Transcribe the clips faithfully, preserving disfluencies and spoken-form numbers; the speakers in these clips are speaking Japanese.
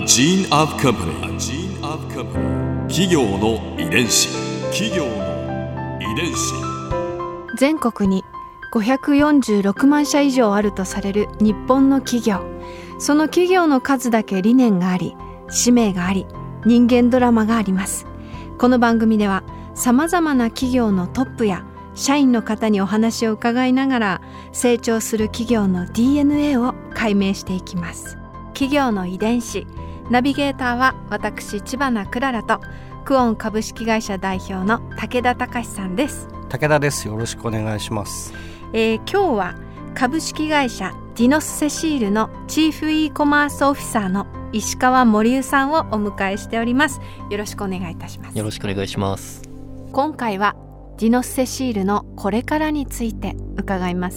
gene of company. A gene of company. 企業の遺伝子。企業の遺伝子。 全国にごひゃくよんじゅうろくまんしゃ以上あるとされる日本の企業。その企業の数だけ理念があり、使命があり、人間ドラマがあります。この番組ではさまざまな企業のトップや社員の方にお話を伺いながら、成長する企業の ディーエヌエー を解明していきます。企業の遺伝子。ナビゲーターは私知花くららと、クオン株式会社代表の武田隆さんです。 武田です。よろしくお願いします。 えー、今日は株式会社ディノスセシールのチーフ e コマースオフィサーの石川森生さんをお迎えしております。よろしくお願いいたします。 よろしくお願いします。 今回はディノスセシールのこれからについて伺います。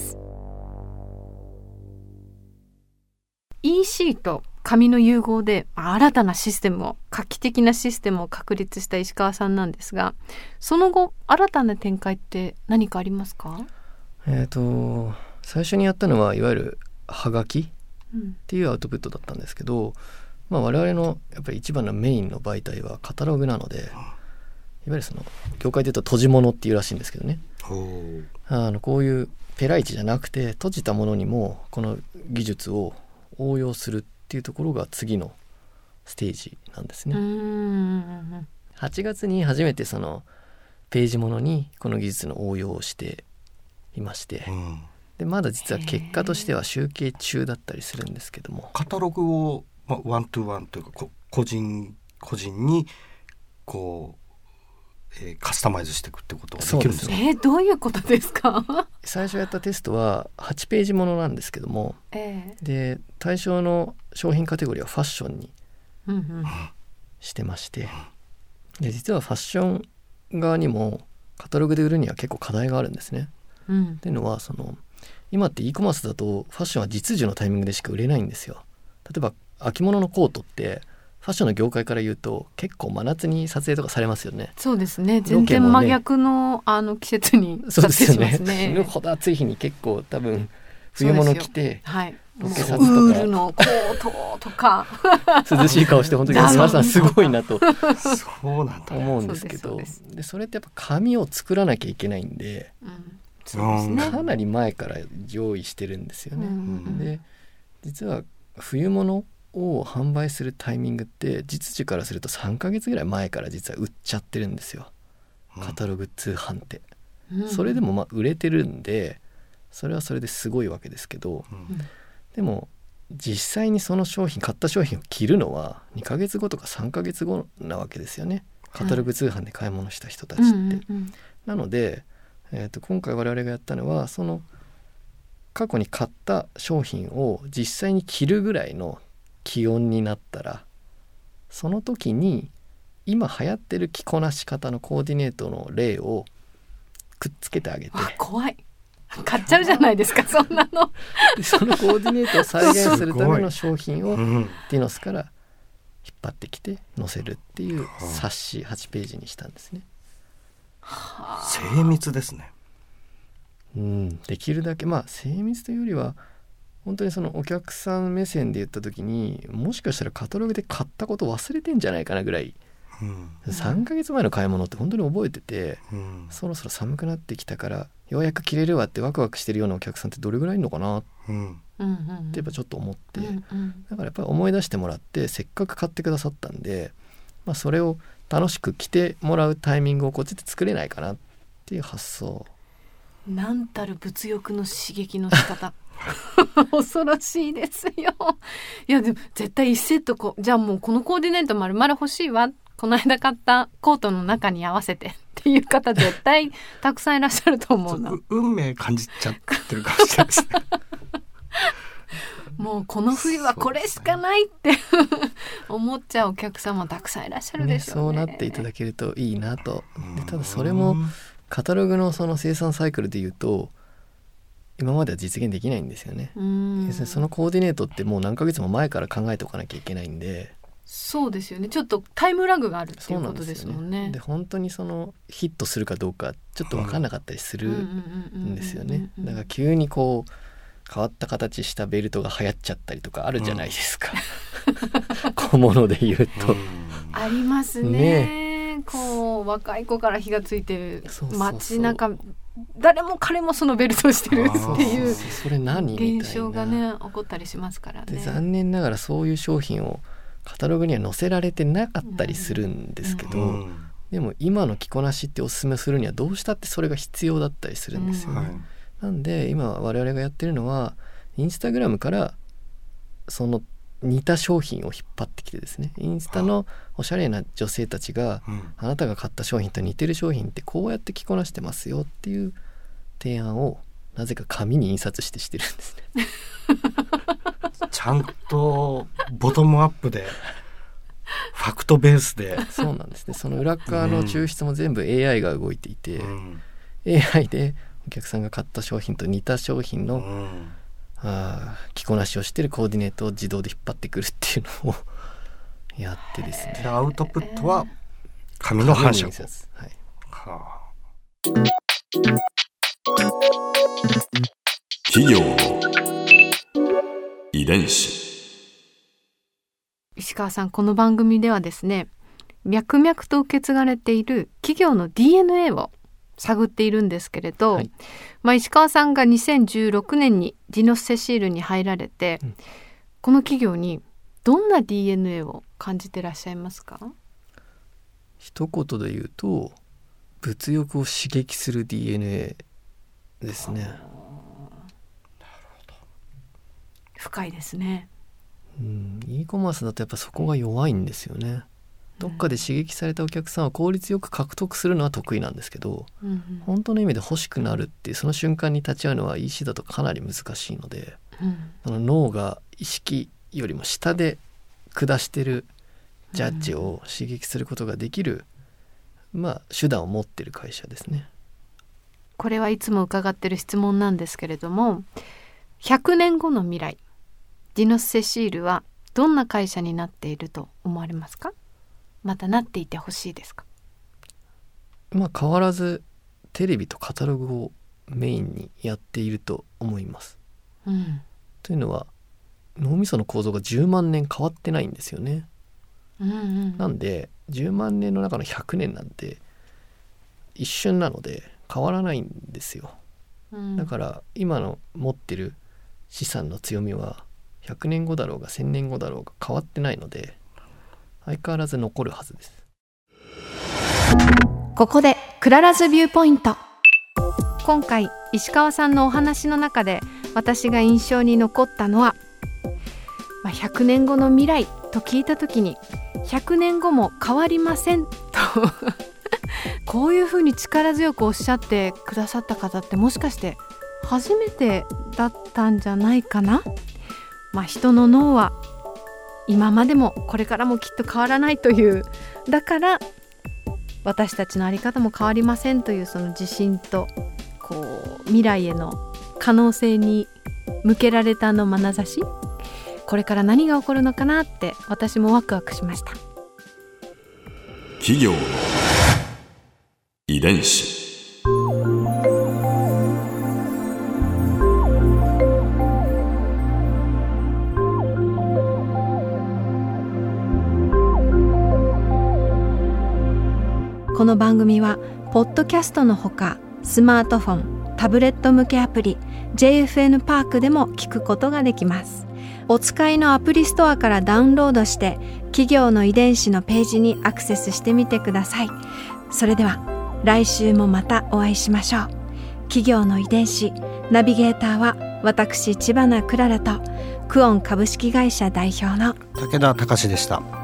イーシー と紙の融合で新たなシステムを、画期的なシステムを確立した石川さんなんですが、その後新たな展開って何かありますか？ えーと最初にやったのはいわゆるはがきっていうアウトプットだったんですけど、うんまあ、我々のやっぱり一番のメインの媒体はカタログなので、いわゆるその業界でいうと閉じ物っていうらしいんですけどね、あのこういうペライチじゃなくて閉じたものにもこの技術を応用するっていうところが次のステージなんですね。うーんはちがつに初めてそのページものにこの技術の応用をしていまして、うんでまだ実は結果としては集計中だったりするんですけども、 カタログを、まあ、ワントゥワンというかこ個人個人にこう、えー、カスタマイズしていくってことができるんですか？ えー、どういうことですか？ 最初やったテストははちページものなんですけども、えー、で対象の商品カテゴリーはファッションにしてまして、で実はファッション側にもカタログで売るには結構課題があるんですね、うん、っていうのはその今って e コマースだとファッションは実需のタイミングでしか売れないんですよ。例えば秋物のコートってファッションの業界から言うと結構真夏に撮影とかされますよね。 そうですね。全然真逆 の,、ね、あの季節に撮影しますね。そうですよね。 死ぬほど暑い日に結構多分冬物着て、 はい、 ロケ撮とかウールのコートとか涼しい顔して本当に皆さんすごいなとそうなんだ思うんですけど、でそれってやっぱ紙を作らなきゃいけないんで、うんそうですね、かなり前から用意してるんですよね、うんうん、で実は冬物を販売するタイミングって実需からするとさんかげつぐらい前から実は売っちゃってるんですよ、カタログ通販って、うん、それでもまあ売れてるんでそれはそれですごいわけですけど、うん、でも実際にその商品買った商品を着るのはにかげつごとかさんかげつごなわけですよね、カタログ通販で買い物した人たちって、うんうんうん、なのでえー、と今回我々がやったのはその過去に買った商品を実際に着るぐらいの気温になったら、その時に今流行ってる着こなし方のコーディネートの例をくっつけてあげて、 あ怖い買っちゃうじゃないですかそんなのでそのコーディネートを再現するための商品をディノスから引っ張ってきて載せるっていう冊子はちページにしたんですね。 精密ですね、 うん、できるだけまあ精密というよりは本当にそのお客さん目線で言った時にもしかしたらカタログで買ったこと忘れてんじゃないかなぐらい、うん、さんかげつまえの買い物って本当に覚えてて、うん、そろそろ寒くなってきたからようやく着れるわってワクワクしてるようなお客さんってどれぐらいいるのかな、うん、ってやっぱちょっと思って、うんうん、だからやっぱり思い出してもらってせっかく買ってくださったんで、まあ、それを楽しく着てもらうタイミングをこっちで作れないかなっていう発想。 なんたる物欲の刺激の仕方恐ろしいですよ。いやでも絶対いちセットこじゃあもうこのコーディネート丸々欲しいわ、この間買ったコートの中に合わせてっていう方絶対たくさんいらっしゃると思うな。 う運命感じちゃってるかもしれないですねもうこの冬はこれしかないって思っちゃうお客様たくさんいらっしゃるでしょうね。 ね、そうなっていただけるといいなと。でただそれもカタログのその生産サイクルでいうと今までは実現できないんですよね。うんそのコーディネートってもう何ヶ月も前から考えておかなきゃいけないんで。 そうですよね。ちょっとタイムラグがあるっていうことですもんね。 で本当にそのヒットするかどうかちょっと分かんなかったりするんですよね。だから急にこう変わった形したベルトが流行っちゃったりとかあるじゃないですか、 小物で言うと、うん、 ありますね。ね、こう若い子から火がついてる街中、誰も彼もそのベルトをしてるっていうそれ何みたいな現象がね起こったりしますからね。 で残念ながらそういう商品をカタログには載せられてなかったりするんですけど、うんうん、でも今の着こなしっておすすめするにはどうしたってそれが必要だったりするんですよね、うん、なんで今我々がやってるのはインスタグラムからその似た商品を引っ張ってきてですね、インスタのおしゃれな女性たちが、うん、あなたが買った商品と似てる商品ってこうやって着こなしてますよっていう提案をなぜか紙に印刷してしてるんですねちゃんとボトムアップでファクトベースでそうなんですね。その裏側の抽出も全部 エーアイ が動いていて、うん、エーアイ でお客さんが買った商品と似た商品の、うんあ着こなしをしているコーディネートを自動で引っ張ってくるっていうのをやってですね。 アウトプットは紙の反射、はいはあ、企業の遺伝子。 石川さん、この番組ではですね、脈々と受け継がれている企業の ディーエヌエー を探っているんですけれど、はいまあ、石川さんがにせんじゅうろくねんにディノスセシールに入られて、うん、この企業にどんな ディーエヌエー を感じてらっしゃいますか？ 一言で言うと物欲を刺激する ディーエヌエー ですね。なるほど。深いですね。 うん、e コマースだとやっぱそこが弱いんですよね。どっかで刺激されたお客さんを効率よく獲得するのは得意なんですけど、うんうん、本当の意味で欲しくなるっていうその瞬間に立ち会うのは イーシー だとかなり難しいので、うん、その脳が意識よりも下で下してるジャッジを刺激することができる、うん、まあ手段を持ってる会社ですね。 これはいつも伺ってる質問なんですけれども、ひゃくねんごの未来、ディノスセシールはどんな会社になっていると思われますか？またなっていてほしいですか？ まあ変わらずテレビとカタログをメインにやっていると思います、うん、というのは脳みその構造がじゅうまんねん変わってないんですよね、うんうん、なんでじゅうまんねんの中のひゃくねんなんて一瞬なので変わらないんですよ、うん、だから今の持ってる資産の強みはひゃくねんごだろうがせんねんごだろうが変わってないので相変わらず残るはずです。 ここでクララズビューポイント。今回石川さんのお話の中で私が印象に残ったのは、まあ、ひゃくねんごの未来と聞いた時にひゃくねんごも変わりませんとこういうふうに力強くおっしゃってくださった方ってもしかして初めてだったんじゃないかな。まあ、人の脳は今までもこれからもきっと変わらないという、だから私たちの在り方も変わりませんというその自信とこう未来への可能性に向けられたあの眼差し、これから何が起こるのかなって私もワクワクしました。 企業の遺伝子。 この番組はポッドキャストのほかスマートフォン、タブレット向けアプリ ジェイエフエヌ パークでも聞くことができます。お使いのアプリストアからダウンロードして企業の遺伝子のページにアクセスしてみてください。それでは来週もまたお会いしましょう。企業の遺伝子、ナビゲーターは私千葉なクララとクオン株式会社代表の武田隆でした。